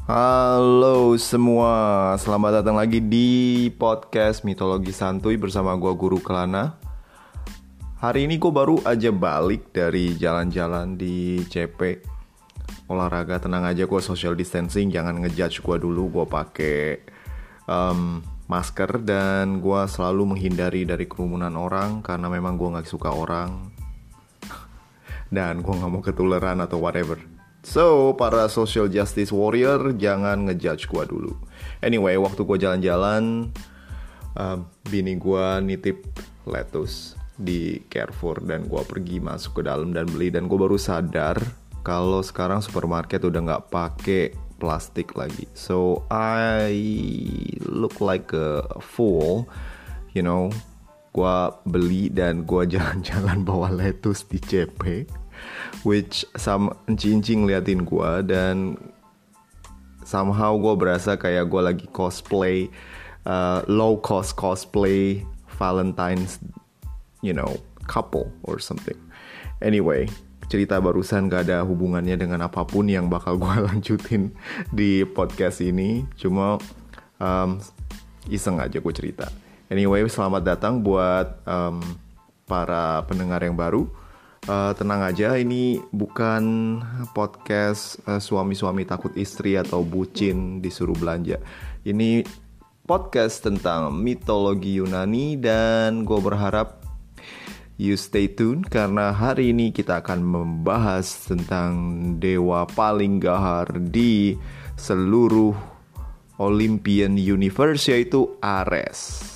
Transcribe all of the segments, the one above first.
Halo semua, selamat datang lagi di podcast Mitologi Santuy bersama gue Guru Kelana. Hari ini gue baru aja balik dari jalan-jalan di CP. Olahraga, tenang aja, gue social distancing, jangan ngejudge gue dulu. Gue pakai masker dan gue selalu menghindari dari kerumunan orang karena memang gue gak suka orang. Dan gue gak mau ketularan atau whatever. So, para social justice warrior, jangan ngejudge gue dulu. Anyway, waktu gue jalan-jalan, bini gue nitip lettuce di Carrefour. Dan gue pergi masuk ke dalam dan beli. Dan gue baru sadar kalau sekarang supermarket udah gak pakai plastik lagi. So, I look like a fool, you know. Gue beli dan gue jalan-jalan bawa lettuce di CP, which sama encing-encing ngeliatin gue, dan somehow gue berasa kayak gue lagi cosplay, low cost cosplay Valentine's, couple or something. Anyway, cerita barusan gak ada hubungannya dengan apapun yang bakal gue lanjutin di podcast ini. Cuma iseng aja gue cerita. Anyway, selamat datang buat para pendengar yang baru. Tenang aja, ini bukan podcast suami-suami takut istri atau bucin disuruh belanja. Ini podcast tentang mitologi Yunani dan gue berharap you stay tune karena hari ini kita akan membahas tentang dewa paling gahar di seluruh Olympian Universe, yaitu Ares.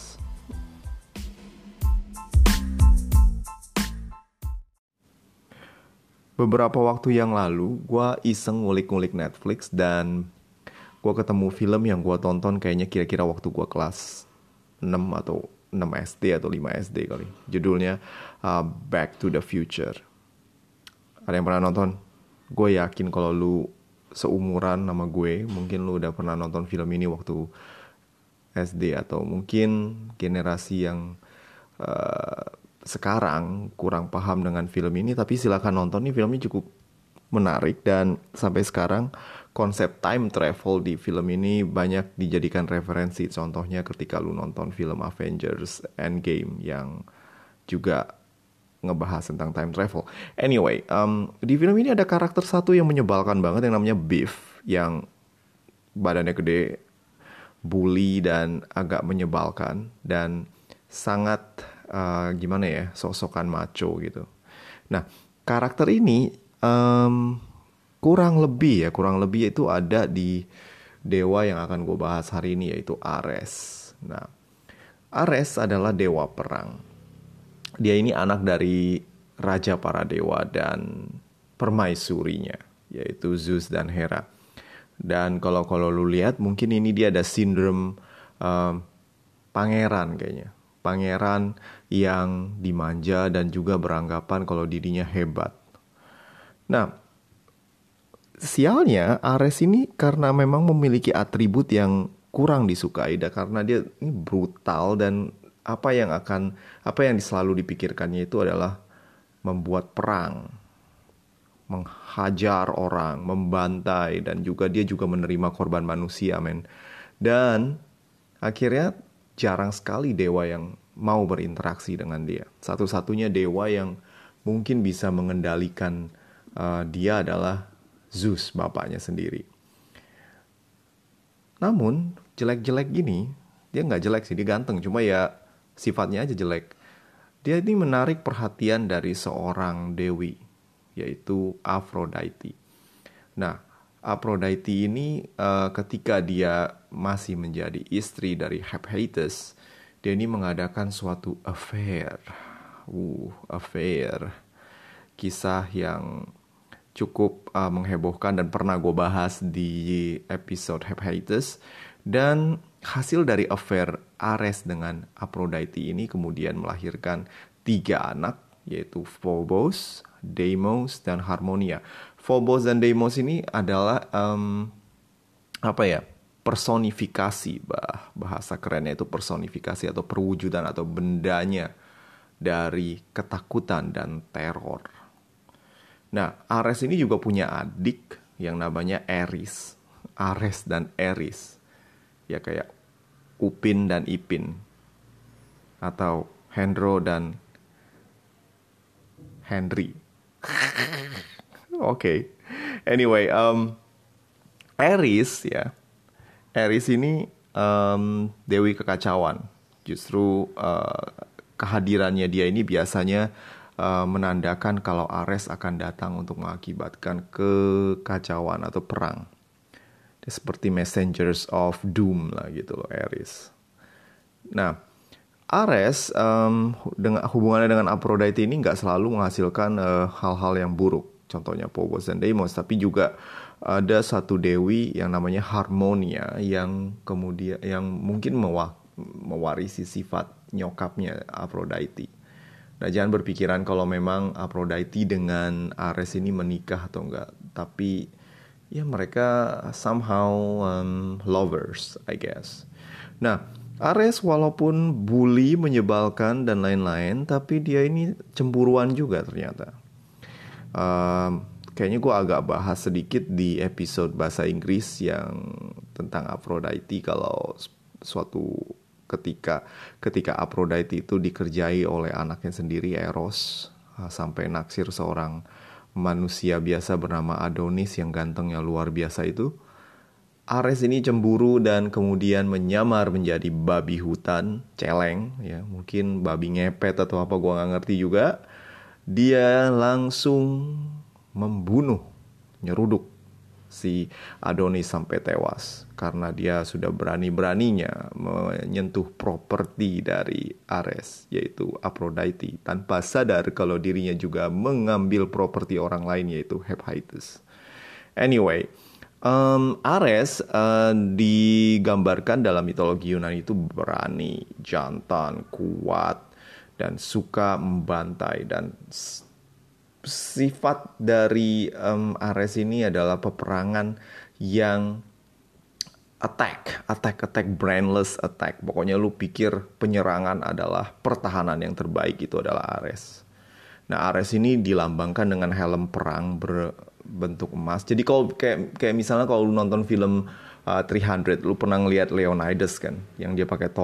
Beberapa waktu yang lalu, gue iseng ngulik-ngulik Netflix dan gue ketemu film yang gue tonton kayaknya kira-kira waktu gue kelas 6 atau 6 SD atau 5 SD kali. Judulnya Back to the Future. Ada yang pernah nonton? Gue yakin kalau lu seumuran sama gue, mungkin lu udah pernah nonton film ini waktu SD, atau mungkin generasi yang sekarang kurang paham dengan film ini, tapi silakan nonton. Nih filmnya cukup menarik dan sampai sekarang konsep time travel di film ini banyak dijadikan referensi. Contohnya ketika lu nonton film Avengers Endgame yang juga ngebahas tentang time travel. Anyway, di film ini ada karakter satu yang menyebalkan banget yang namanya Biff, yang badannya gede, bully dan agak menyebalkan dan sangat sosokan macho gitu. Nah, karakter ini kurang lebih itu ada di dewa yang akan gue bahas hari ini, yaitu Ares. Nah, Ares adalah dewa perang. Dia ini anak dari raja para dewa dan permaisurinya, yaitu Zeus dan Hera. Dan kalau lu lihat, mungkin ini dia ada sindrom pangeran kayaknya. Pangeran yang dimanja dan juga beranggapan kalau dirinya hebat. Nah, sialnya Ares ini karena memang memiliki atribut yang kurang disukai, dan karena dia ini brutal dan apa yang selalu dipikirkannya itu adalah membuat perang, menghajar orang, membantai, dan juga dia juga menerima korban manusia, men. Dan akhirnya jarang sekali dewa yang mau berinteraksi dengan dia. Satu-satunya dewa yang mungkin bisa mengendalikan dia adalah Zeus, bapaknya sendiri. Namun, jelek-jelek gini, dia nggak jelek sih, dia ganteng. Cuma ya sifatnya aja jelek. Dia ini menarik perhatian dari seorang dewi, yaitu Aphrodite. Nah, Aphrodite ini ketika dia masih menjadi istri dari Hephaestus, dia ini mengadakan suatu affair. Kisah yang cukup menghebohkan dan pernah gue bahas di episode Hephaestus. Dan hasil dari affair Ares dengan Aphrodite ini kemudian melahirkan 3 anak, yaitu Phobos, Deimos, dan Harmonia. Phobos dan Deimos ini adalah personifikasi, bahasa kerennya itu personifikasi atau perwujudan atau bendanya dari ketakutan dan teror. Nah, Ares ini juga punya adik yang namanya Eris. Ares dan Aries. Ya kayak Upin dan Ipin. Atau Hendro dan Henry. Oke. Anyway, Aries ya. Aries ini dewi kekacauan. Justru kehadirannya dia ini biasanya menandakan kalau Ares akan datang untuk mengakibatkan kekacauan atau perang. Dia seperti messengers of doom lah gitu loh, Aries. Nah, Ares dengan hubungannya dengan Aphrodite ini nggak selalu menghasilkan hal-hal yang buruk. Contohnya Phobos dan Deimos, tapi juga ada satu dewi yang namanya Harmonia yang kemudian yang mungkin mewarisi sifat nyokapnya Aphrodite. Nah, jangan berpikiran kalau memang Aphrodite dengan Ares ini menikah atau enggak, tapi ya mereka somehow lovers, I guess. Nah, Ares walaupun bully, menyebalkan dan lain-lain, tapi dia ini cemburuan juga ternyata. Kayaknya gue agak bahas sedikit di episode bahasa Inggris yang tentang Aphrodite. Kalau suatu ketika Aphrodite itu dikerjai oleh anaknya sendiri, Eros, sampai naksir seorang manusia biasa bernama Adonis yang gantengnya luar biasa itu, Ares ini cemburu dan kemudian menyamar menjadi babi hutan, celeng, ya mungkin babi ngepet atau apa, gue nggak ngerti juga. Dia langsung membunuh, nyeruduk si Adonis sampai tewas karena dia sudah berani-beraninya menyentuh properti dari Ares, yaitu Aphrodite, tanpa sadar kalau dirinya juga mengambil properti orang lain, yaitu Hephaestus. Anyway, Ares digambarkan dalam mitologi Yunani itu berani, jantan, kuat, dan suka membantai. Dan sifat dari Ares ini adalah peperangan yang attack, brainless attack. Pokoknya lu pikir penyerangan adalah pertahanan yang terbaik, itu adalah Ares. Nah, Ares ini dilambangkan dengan helm perang berbentuk emas. Jadi kalau kayak misalnya kalau lu nonton film 300, lu pernah ngeliat Leonidas kan, yang dia pakai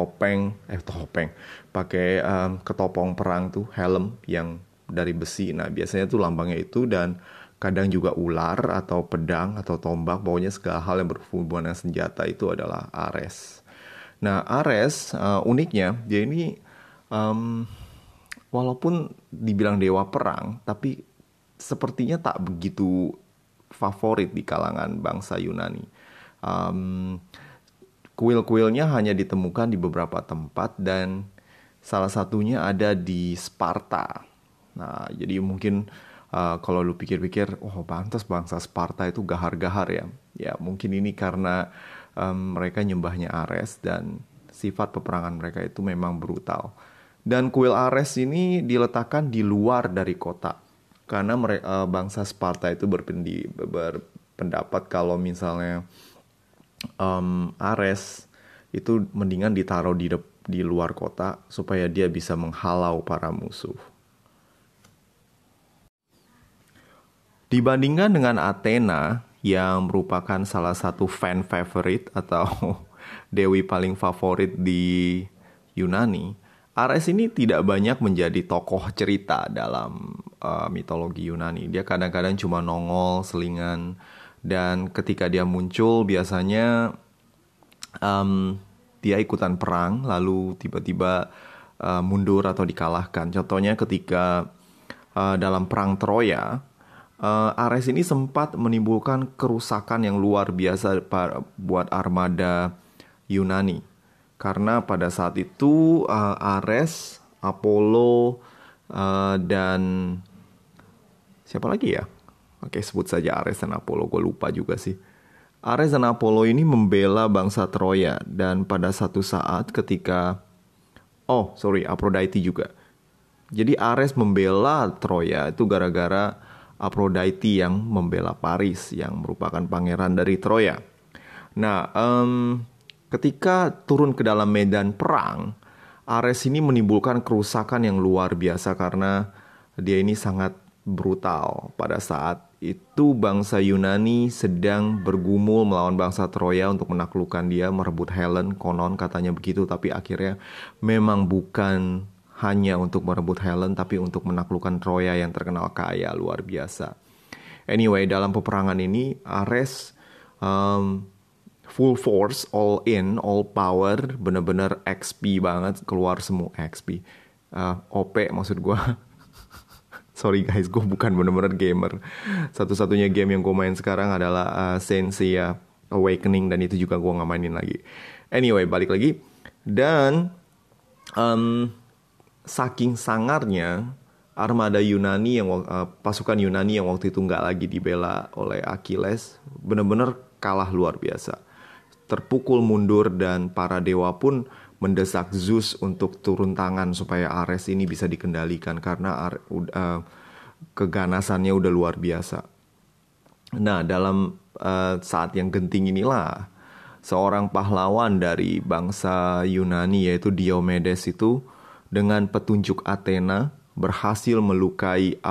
pakai ketopong perang tuh, helm yang dari besi. Nah, biasanya tuh lambangnya itu, dan kadang juga ular atau pedang atau tombak. Pokoknya segala hal yang berhubungan dengan senjata itu adalah Ares. Nah, Ares uniknya dia ini walaupun dibilang dewa perang, tapi sepertinya tak begitu favorit di kalangan bangsa Yunani. Kuil-kuilnya hanya ditemukan di beberapa tempat, dan salah satunya ada di Sparta. Nah, jadi mungkin kalau lu pikir-pikir, oh pantas bangsa Sparta itu gahar-gahar ya. Ya mungkin ini karena mereka nyembahnya Ares, dan sifat peperangan mereka itu memang brutal. Dan kuil Ares ini diletakkan di luar dari kota, karena bangsa Sparta itu berpendapat kalau misalnya Ares itu mendingan ditaruh di luar kota supaya dia bisa menghalau para musuh. Dibandingkan dengan Athena yang merupakan salah satu fan favorite atau dewi paling favorit di Yunani, Ares ini tidak banyak menjadi tokoh cerita dalam mitologi Yunani. Dia kadang-kadang cuma nongol, selingan, dan ketika dia muncul biasanya dia ikutan perang lalu tiba-tiba mundur atau dikalahkan. Contohnya ketika dalam perang Troya, Ares ini sempat menimbulkan kerusakan yang luar biasa buat armada Yunani. Karena pada saat itu Ares, Apollo, dan siapa lagi ya? Oke, sebut saja Ares dan Apollo, gue lupa juga sih. Ares dan Apollo ini membela bangsa Troya, dan pada satu saat ketika Aphrodite juga. Jadi Ares membela Troya itu gara-gara Aphrodite yang membela Paris, yang merupakan pangeran dari Troya. Nah, ketika turun ke dalam medan perang, Ares ini menimbulkan kerusakan yang luar biasa karena dia ini sangat brutal pada saat itu bangsa Yunani sedang bergumul melawan bangsa Troya untuk menaklukkan dia, merebut Helen, konon katanya begitu. Tapi akhirnya memang bukan hanya untuk merebut Helen, tapi untuk menaklukkan Troya yang terkenal kaya luar biasa. Anyway, dalam peperangan ini Ares full force, all in, all power, bener-bener XP banget, keluar semua XP. OP maksud gue. Sorry guys, gue bukan bener-bener gamer. Satu-satunya game yang gue main sekarang adalah Saint Seiya Awakening, dan itu juga gue gak mainin lagi. Anyway, balik lagi. Dan saking sangarnya armada Yunani yang pasukan Yunani yang waktu itu gak lagi dibela oleh Achilles, bener-bener kalah luar biasa. Terpukul mundur, dan para dewa pun mendesak Zeus untuk turun tangan supaya Ares ini bisa dikendalikan karena keganasannya udah luar biasa. Nah, dalam saat yang genting inilah seorang pahlawan dari bangsa Yunani yaitu Diomedes itu dengan petunjuk Athena berhasil melukai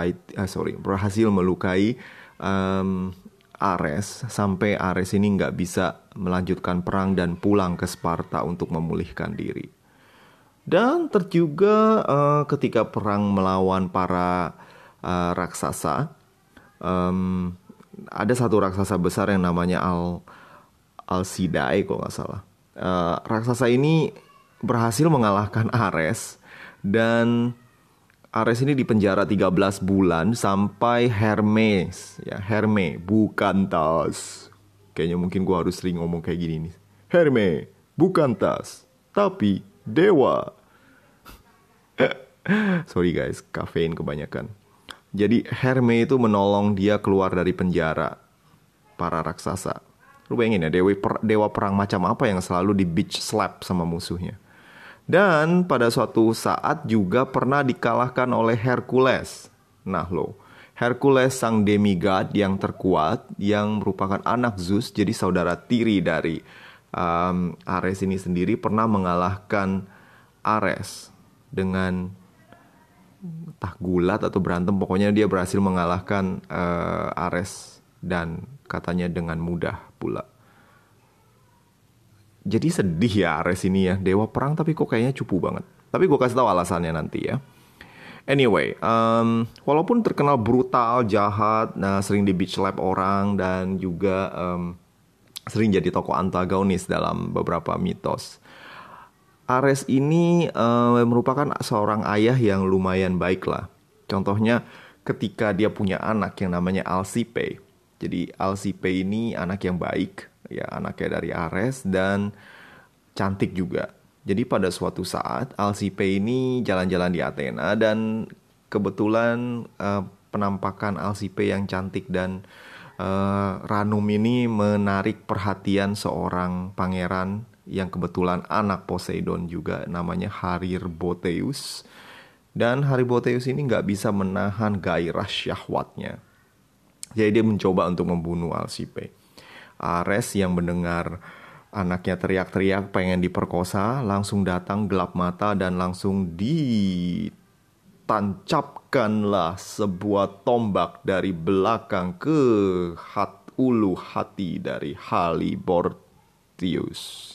Ares sampai Ares ini nggak bisa melanjutkan perang dan pulang ke Sparta untuk memulihkan diri. Dan terjuga ketika perang melawan para raksasa, ada satu raksasa besar yang namanya Alcidae kalau nggak salah. Raksasa ini berhasil mengalahkan Ares, dan Ares ini dipenjara 13 bulan sampai Herme, bukan Tas. Kayaknya mungkin gue harus sering ngomong kayak gini nih. Herme, bukan Tas, tapi dewa. Sorry guys, kafein kebanyakan. Jadi Herme itu menolong dia keluar dari penjara para raksasa. Lu bayangin ya, dewa perang macam apa yang selalu di beach slap sama musuhnya. Dan pada suatu saat juga pernah dikalahkan oleh Hercules. Nah lo, Hercules sang demigod yang terkuat, yang merupakan anak Zeus, jadi saudara tiri dari Ares ini sendiri, pernah mengalahkan Ares dengan entah gulat atau berantem. Pokoknya dia berhasil mengalahkan Ares, dan katanya dengan mudah pula. Jadi sedih ya Ares ini ya, dewa perang tapi kok kayaknya cupu banget. Tapi gue kasih tahu alasannya nanti ya. Anyway, walaupun terkenal brutal, jahat, sering di beach slap orang, dan juga sering jadi tokoh antagonis dalam beberapa mitos, Ares ini merupakan seorang ayah yang lumayan baik lah. Contohnya ketika dia punya anak yang namanya Alcippe. Jadi Alcippe ini anak yang baik, ya anaknya dari Ares, dan cantik juga. Jadi pada suatu saat Alcippe ini jalan-jalan di Athena, dan kebetulan penampakan Alcippe yang cantik dan ranum ini menarik perhatian seorang pangeran yang kebetulan anak Poseidon juga, namanya Hariboteus. Dan Hariboteus ini gak bisa menahan gairah syahwatnya. Jadi dia mencoba untuk membunuh Alcippe. Ares yang mendengar anaknya teriak-teriak pengen diperkosa, langsung datang gelap mata dan langsung ditancapkanlah sebuah tombak dari belakang ke ulu hati dari Halibortius.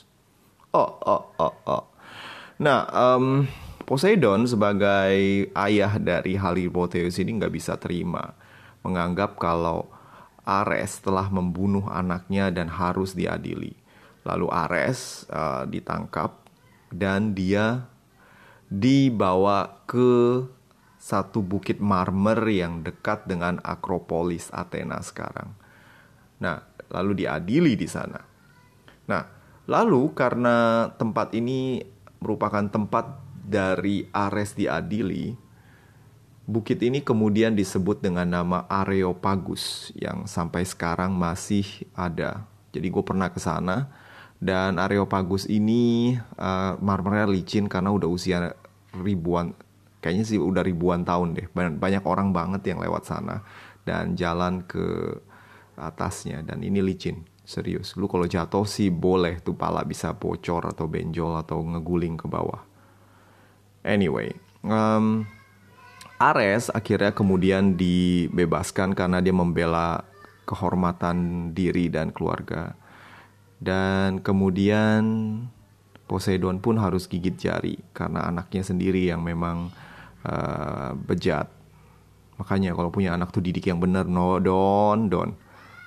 Nah, Poseidon sebagai ayah dari Halibortius ini gak bisa terima, menganggap kalau Ares telah membunuh anaknya dan harus diadili. Lalu Ares ditangkap dan dia dibawa ke satu bukit marmer yang dekat dengan Akropolis Athena sekarang. Nah, lalu diadili di sana. Nah, lalu karena tempat ini merupakan tempat dari Ares diadili, bukit ini kemudian disebut dengan nama Areopagus yang sampai sekarang masih ada. Jadi gue pernah ke sana, dan Areopagus ini marmernya licin karena udah usia ribuan, kayaknya sih udah ribuan tahun deh. Banyak orang banget yang lewat sana dan jalan ke atasnya, dan ini licin, serius. Lu kalau jatuh sih boleh tuh pala bisa bocor atau benjol atau ngeguling ke bawah. Anyway, Ares akhirnya kemudian dibebaskan karena dia membela kehormatan diri dan keluarga. Dan kemudian Poseidon pun harus gigit jari karena anaknya sendiri yang memang bejat. Makanya kalau punya anak tuh didik yang benar, no, don.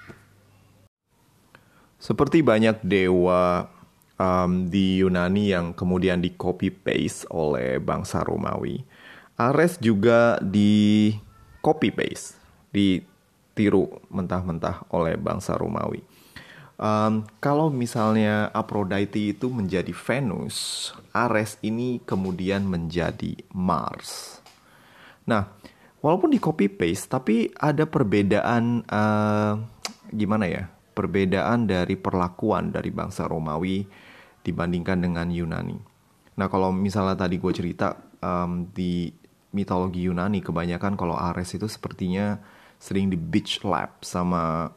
Seperti banyak dewa di Yunani yang kemudian di copy paste oleh bangsa Romawi, Ares juga di copy paste, ditiru mentah-mentah oleh bangsa Romawi. Kalau misalnya Aphrodite itu menjadi Venus, Ares ini kemudian menjadi Mars. Nah, walaupun di copy paste, tapi ada perbedaan gimana ya? Perbedaan dari perlakuan dari bangsa Romawi dibandingkan dengan Yunani. Nah, kalau misalnya tadi gue cerita di mitologi Yunani kebanyakan kalau Ares itu sepertinya sering di beach lap sama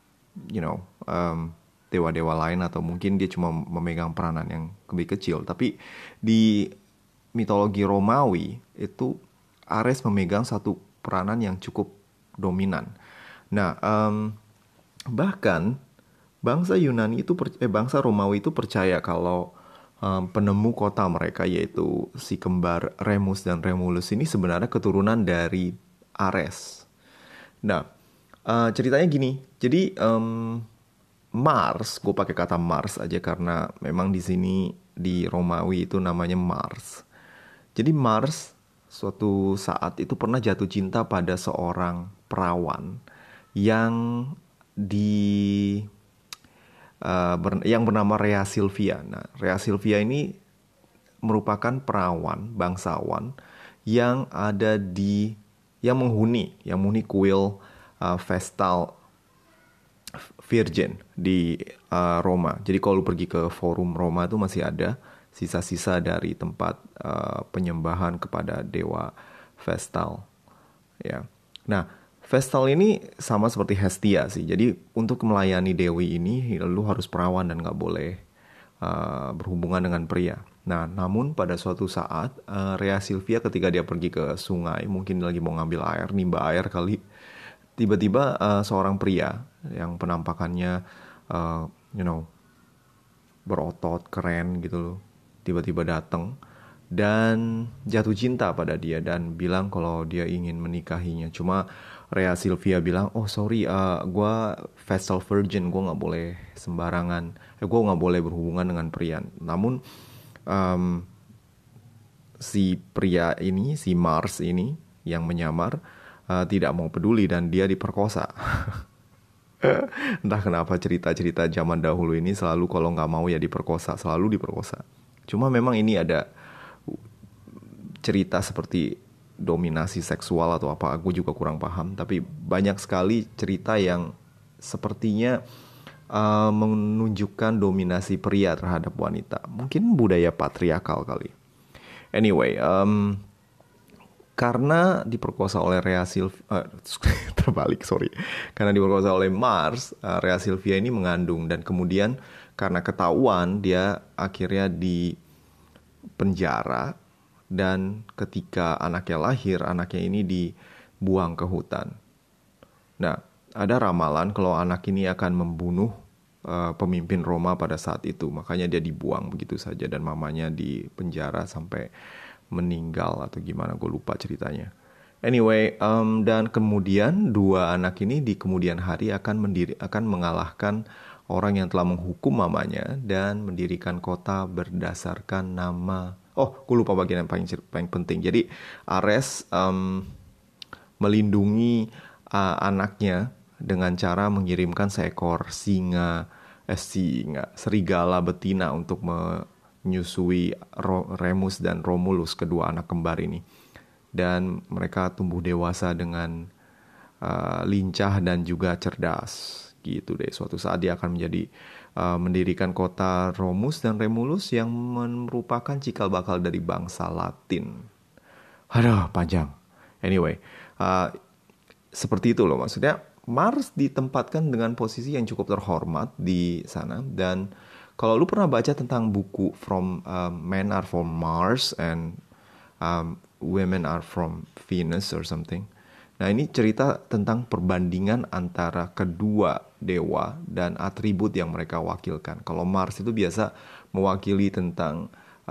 dewa-dewa lain, atau mungkin dia cuma memegang peranan yang lebih kecil. Tapi di mitologi Romawi itu Ares memegang satu peranan yang cukup dominan. Nah, bahkan bangsa Romawi itu percaya kalau penemu kota mereka, yaitu si kembar Remus dan Remulus ini sebenarnya keturunan dari Ares. Nah, ceritanya gini. Jadi Mars, gue pakai kata Mars aja karena memang di sini di Romawi itu namanya Mars. Jadi Mars suatu saat itu pernah jatuh cinta pada seorang perawan yang yang bernama Rhea Silvia. Nah, Rhea Silvia ini merupakan perawan bangsawan yang menghuni kuil Vestal Virgin di Roma. Jadi kalau lu pergi ke forum Roma itu masih ada sisa-sisa dari tempat penyembahan kepada dewa Vestal. Ya. Nah, Vestal ini sama seperti Hestia sih. Jadi untuk melayani dewi ini lu harus perawan dan nggak boleh berhubungan dengan pria. Nah, namun pada suatu saat Rhea Silvia ketika dia pergi ke sungai, mungkin lagi mau ngambil air, nimba air kali, tiba-tiba seorang pria yang penampakannya berotot, keren gitu loh, tiba-tiba datang dan jatuh cinta pada dia dan bilang kalau dia ingin menikahinya. Cuma Rhea Silvia bilang, oh sorry, gue Vestal Virgin, gue nggak boleh sembarangan, gue nggak boleh berhubungan dengan pria. Namun si pria ini, si Mars ini yang menyamar tidak mau peduli dan dia diperkosa. Entah kenapa cerita-cerita zaman dahulu ini selalu kalau nggak mau ya diperkosa, selalu diperkosa. Cuma memang ini ada cerita seperti dominasi seksual atau apa, aku juga kurang paham. Tapi banyak sekali cerita yang sepertinya menunjukkan dominasi pria terhadap wanita. Mungkin budaya patriarkal kali. Anyway, karena diperkosa oleh Rhea Silvia, karena diperkosa oleh Mars, Rhea Silvia ini mengandung dan kemudian karena ketahuan dia akhirnya di penjara dan ketika anaknya lahir, anaknya ini dibuang ke hutan. Nah, ada ramalan kalau anak ini akan membunuh pemimpin Roma pada saat itu, makanya dia dibuang begitu saja dan mamanya di penjara sampai meninggal atau gimana, gue lupa ceritanya. Anyway, dan kemudian dua anak ini di kemudian hari akan mengalahkan orang yang telah menghukum mamanya dan mendirikan kota berdasarkan nama. Oh, gue lupa bagian yang paling penting. Jadi Ares melindungi anaknya dengan cara mengirimkan seekor serigala betina untuk menyusui Remus dan Romulus, kedua anak kembar ini. Dan mereka tumbuh dewasa dengan lincah dan juga cerdas gitu deh. Suatu saat dia akan mendirikan kota Romus dan Remulus yang merupakan cikal bakal dari bangsa Latin. Aduh, panjang. Anyway, seperti itu loh, maksudnya Mars ditempatkan dengan posisi yang cukup terhormat di sana. Dan kalau lu pernah baca tentang buku Men Are From Mars and women are from Venus or something. Nah, ini cerita tentang perbandingan antara kedua dewa dan atribut yang mereka wakilkan. Kalau Mars itu biasa mewakili tentang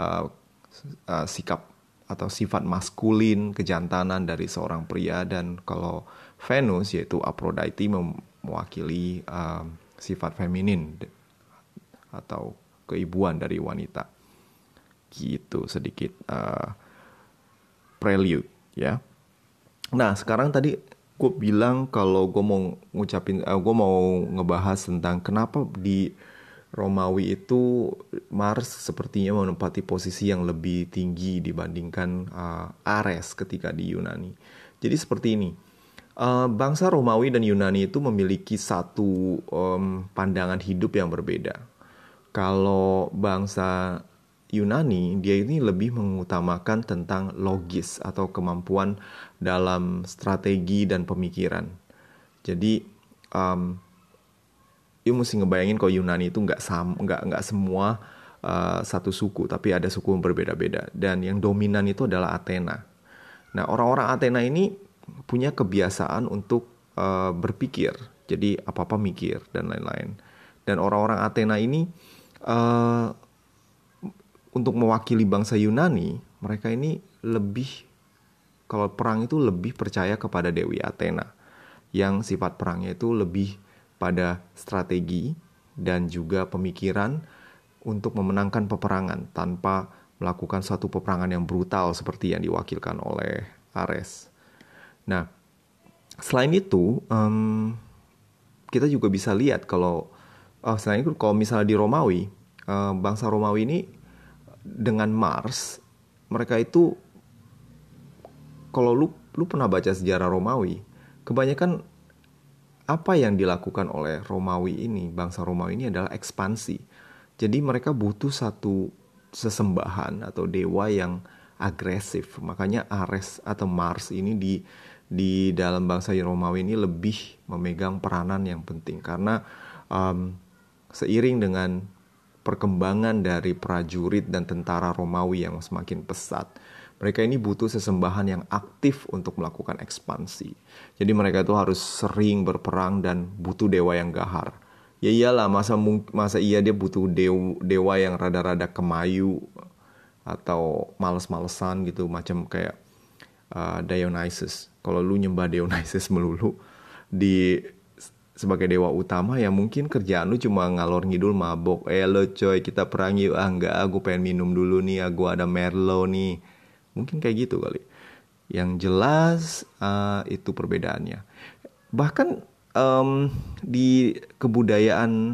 sikap atau sifat maskulin, kejantanan dari seorang pria, dan kalau Venus yaitu Aphrodite mewakili sifat feminin atau keibuan dari wanita. Gitu sedikit prelude ya. Nah, sekarang tadi gue bilang kalau gue mau gue mau ngebahas tentang kenapa di Romawi itu Mars sepertinya menempati posisi yang lebih tinggi dibandingkan Ares ketika di Yunani. Jadi seperti ini, bangsa Romawi dan Yunani itu memiliki satu pandangan hidup yang berbeda. Kalau bangsa Yunani, dia ini lebih mengutamakan tentang logis atau kemampuan dalam strategi dan pemikiran. Jadi, you mesti ngebayangin kalau Yunani itu nggak semua satu suku, tapi ada suku yang berbeda-beda. Dan yang dominan itu adalah Athena. Nah, orang-orang Athena ini punya kebiasaan untuk berpikir, jadi apa-apa mikir dan lain-lain. Dan orang-orang Athena ini untuk mewakili bangsa Yunani, mereka ini lebih, kalau perang itu lebih percaya kepada Dewi Athena, yang sifat perangnya itu lebih pada strategi dan juga pemikiran untuk memenangkan peperangan tanpa melakukan suatu peperangan yang brutal seperti yang diwakilkan oleh Ares. Nah, selain itu, kita juga bisa lihat kalau selain itu, kalau misalnya di Romawi, bangsa Romawi ini dengan Mars, mereka itu, kalau lu pernah baca sejarah Romawi, kebanyakan apa yang dilakukan oleh Romawi ini, bangsa Romawi ini adalah ekspansi. Jadi mereka butuh satu sesembahan atau dewa yang agresif. Makanya Ares atau Mars ini di dalam bangsa Romawi ini lebih memegang peranan yang penting, karena seiring dengan perkembangan dari prajurit dan tentara Romawi yang semakin pesat, mereka ini butuh sesembahan yang aktif untuk melakukan ekspansi. Jadi mereka itu harus sering berperang dan butuh dewa yang gahar. Ya iyalah, masa iya dia butuh dewa yang rada-rada kemayu atau males-malesan gitu, macam kayak Dionysus. Kalau lu nyembah Dionysus melulu sebagai dewa utama, ya mungkin kerjaan lu cuma ngalor ngidul mabok. Lo coy, kita perang yuk. Enggak, aku pengen minum dulu nih, aku ada Merlot nih. Mungkin kayak gitu kali. Yang jelas itu perbedaannya. Bahkan di kebudayaan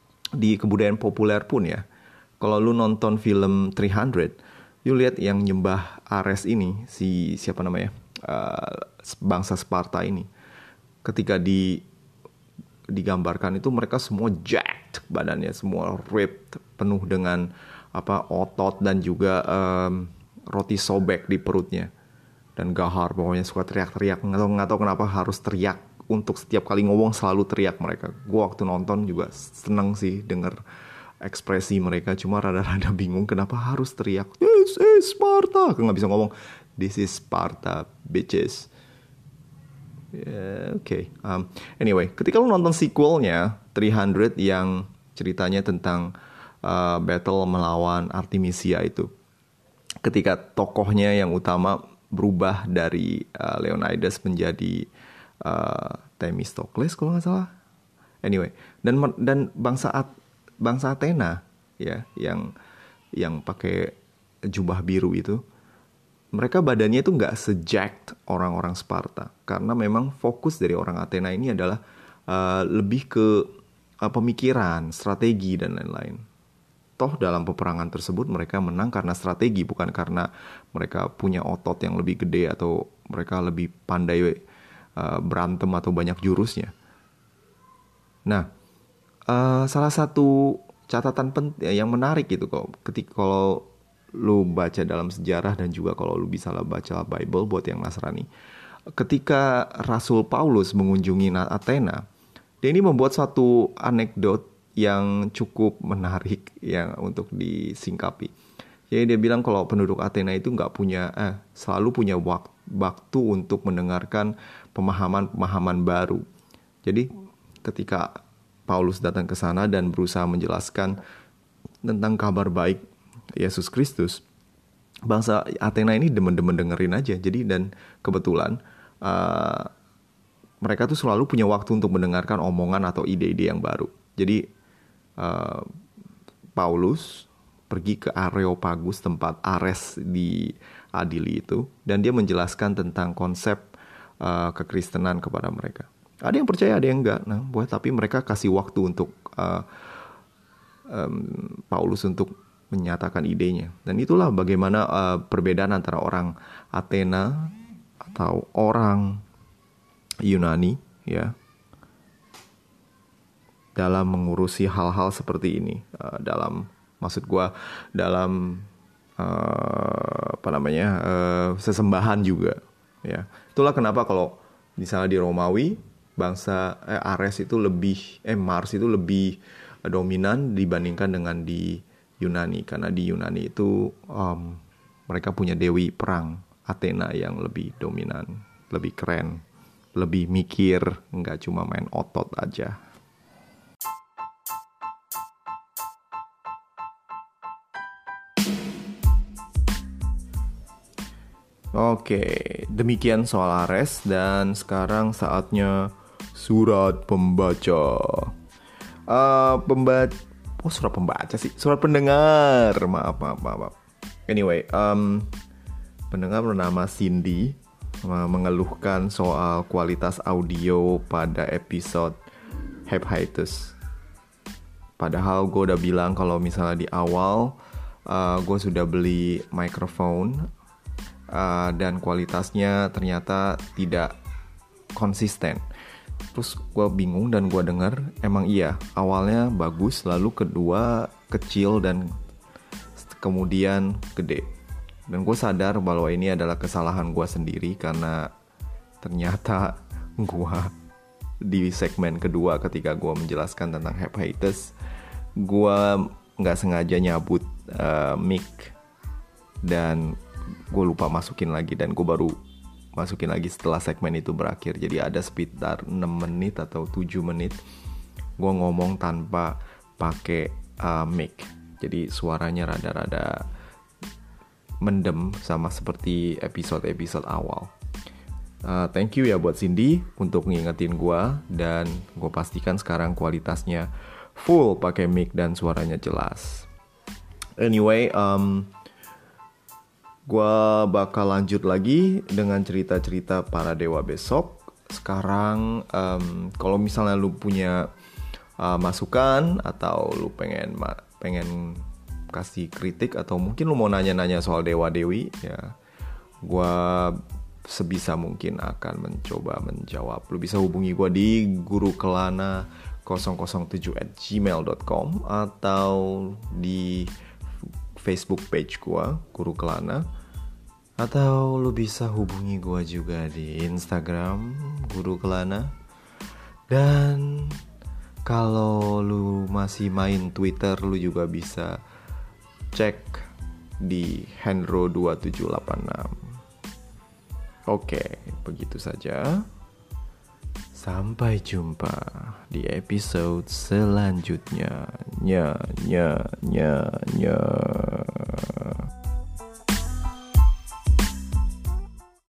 populer pun ya, kalau lu nonton film 300, you lihat yang nyembah Ares ini, si siapa namanya, bangsa Sparta ini, ketika digambarkan itu mereka semua jacked badannya, semua ripped, penuh dengan otot dan juga roti sobek di perutnya, dan gahar, pokoknya suka teriak-teriak. Nggak tahu kenapa harus teriak, untuk setiap kali ngomong selalu teriak mereka. Gue waktu nonton juga seneng sih denger ekspresi mereka, cuma rada-rada bingung kenapa harus teriak "This is Sparta", nggak bisa ngomong "This is Sparta bitches". Okay. Anyway, ketika lu nonton sequelnya 300 yang ceritanya tentang battle melawan Artemisia itu, ketika tokohnya yang utama berubah dari Leonidas menjadi Themistokles kalau nggak salah. Anyway, dan bangsa Athena ya, yang pakai jubah biru itu, mereka badannya itu nggak sejacked orang-orang Sparta, karena memang fokus dari orang Athena ini adalah lebih ke pemikiran, strategi dan lain-lain. Toh dalam peperangan tersebut mereka menang karena strategi, bukan karena mereka punya otot yang lebih gede atau mereka lebih pandai berantem atau banyak jurusnya. Nah, salah satu catatan penting yang menarik gitu kok, kalau lu baca dalam sejarah dan juga kalau lu bisa baca Bible buat yang Nasrani, ketika Rasul Paulus mengunjungi Athena, dia ini membuat suatu anekdot yang cukup menarik yang untuk disingkapi. Jadi dia bilang kalau penduduk Athena itu selalu punya waktu untuk mendengarkan pemahaman-pemahaman baru. Jadi ketika Paulus datang ke sana dan berusaha menjelaskan tentang kabar baik Yesus Kristus, bangsa Athena ini demen-demen dengerin aja. Jadi dan kebetulan mereka tuh selalu punya waktu untuk mendengarkan omongan atau ide-ide yang baru. Jadi Paulus pergi ke Areopagus, tempat Ares diadili itu, dan dia menjelaskan tentang konsep kekristenan kepada mereka. Ada yang percaya, ada yang enggak. Nah, tapi mereka kasih waktu untuk Paulus untuk menyatakan idenya. Dan itulah bagaimana perbedaan antara orang Athena atau orang Yunani, ya, dalam mengurusi hal-hal seperti ini. Dalam sesembahan juga, ya. Itulah kenapa kalau misalnya di Romawi Mars itu lebih dominan dibandingkan dengan di Yunani, karena di Yunani itu mereka punya dewi perang Athena yang lebih dominan, lebih keren, lebih mikir, nggak cuma main otot aja. Oke, demikian soal Ares, dan sekarang saatnya surat pembaca. Surat pembaca sih, surat pendengar. Maaf. Anyway, pendengar bernama Cindy mengeluhkan soal kualitas audio pada episode Hephaestus. Padahal gue udah bilang kalau misalnya di awal gue sudah beli mikrofon dan kualitasnya ternyata tidak konsisten. Terus gue bingung dan gue dengar emang iya, awalnya bagus, lalu kedua kecil dan kemudian gede. Dan gue sadar bahwa ini adalah kesalahan gue sendiri, karena ternyata gue di segmen kedua ketika gue menjelaskan tentang Hephaestus, gue gak sengaja nyabut mic dan gue lupa masukin lagi, dan gue baru masukin lagi setelah segmen itu berakhir. Jadi ada sekitar 6 menit atau 7 menit gue ngomong tanpa pakai mic. Jadi suaranya rada-rada mendem sama seperti episode-episode awal. Thank you ya buat Cindy untuk ngingetin gue, dan gue pastikan sekarang kualitasnya full pakai mic dan suaranya jelas. Anyway, gue bakal lanjut lagi dengan cerita-cerita para dewa besok. Sekarang kalau misalnya lu punya masukan atau lu pengen kasih kritik, atau mungkin lu mau nanya-nanya soal dewa-dewi, ya gue sebisa mungkin akan mencoba menjawab. Lu bisa hubungi gue di gurukelana007@gmail.com atau di Facebook page gue, Guru Kelana. Atau lu bisa hubungi gue juga di Instagram, Guru Kelana. Dan kalau lu masih main Twitter, lu juga bisa cek di Hendro2786. Oke, begitu saja. Sampai jumpa di episode selanjutnya. Nya.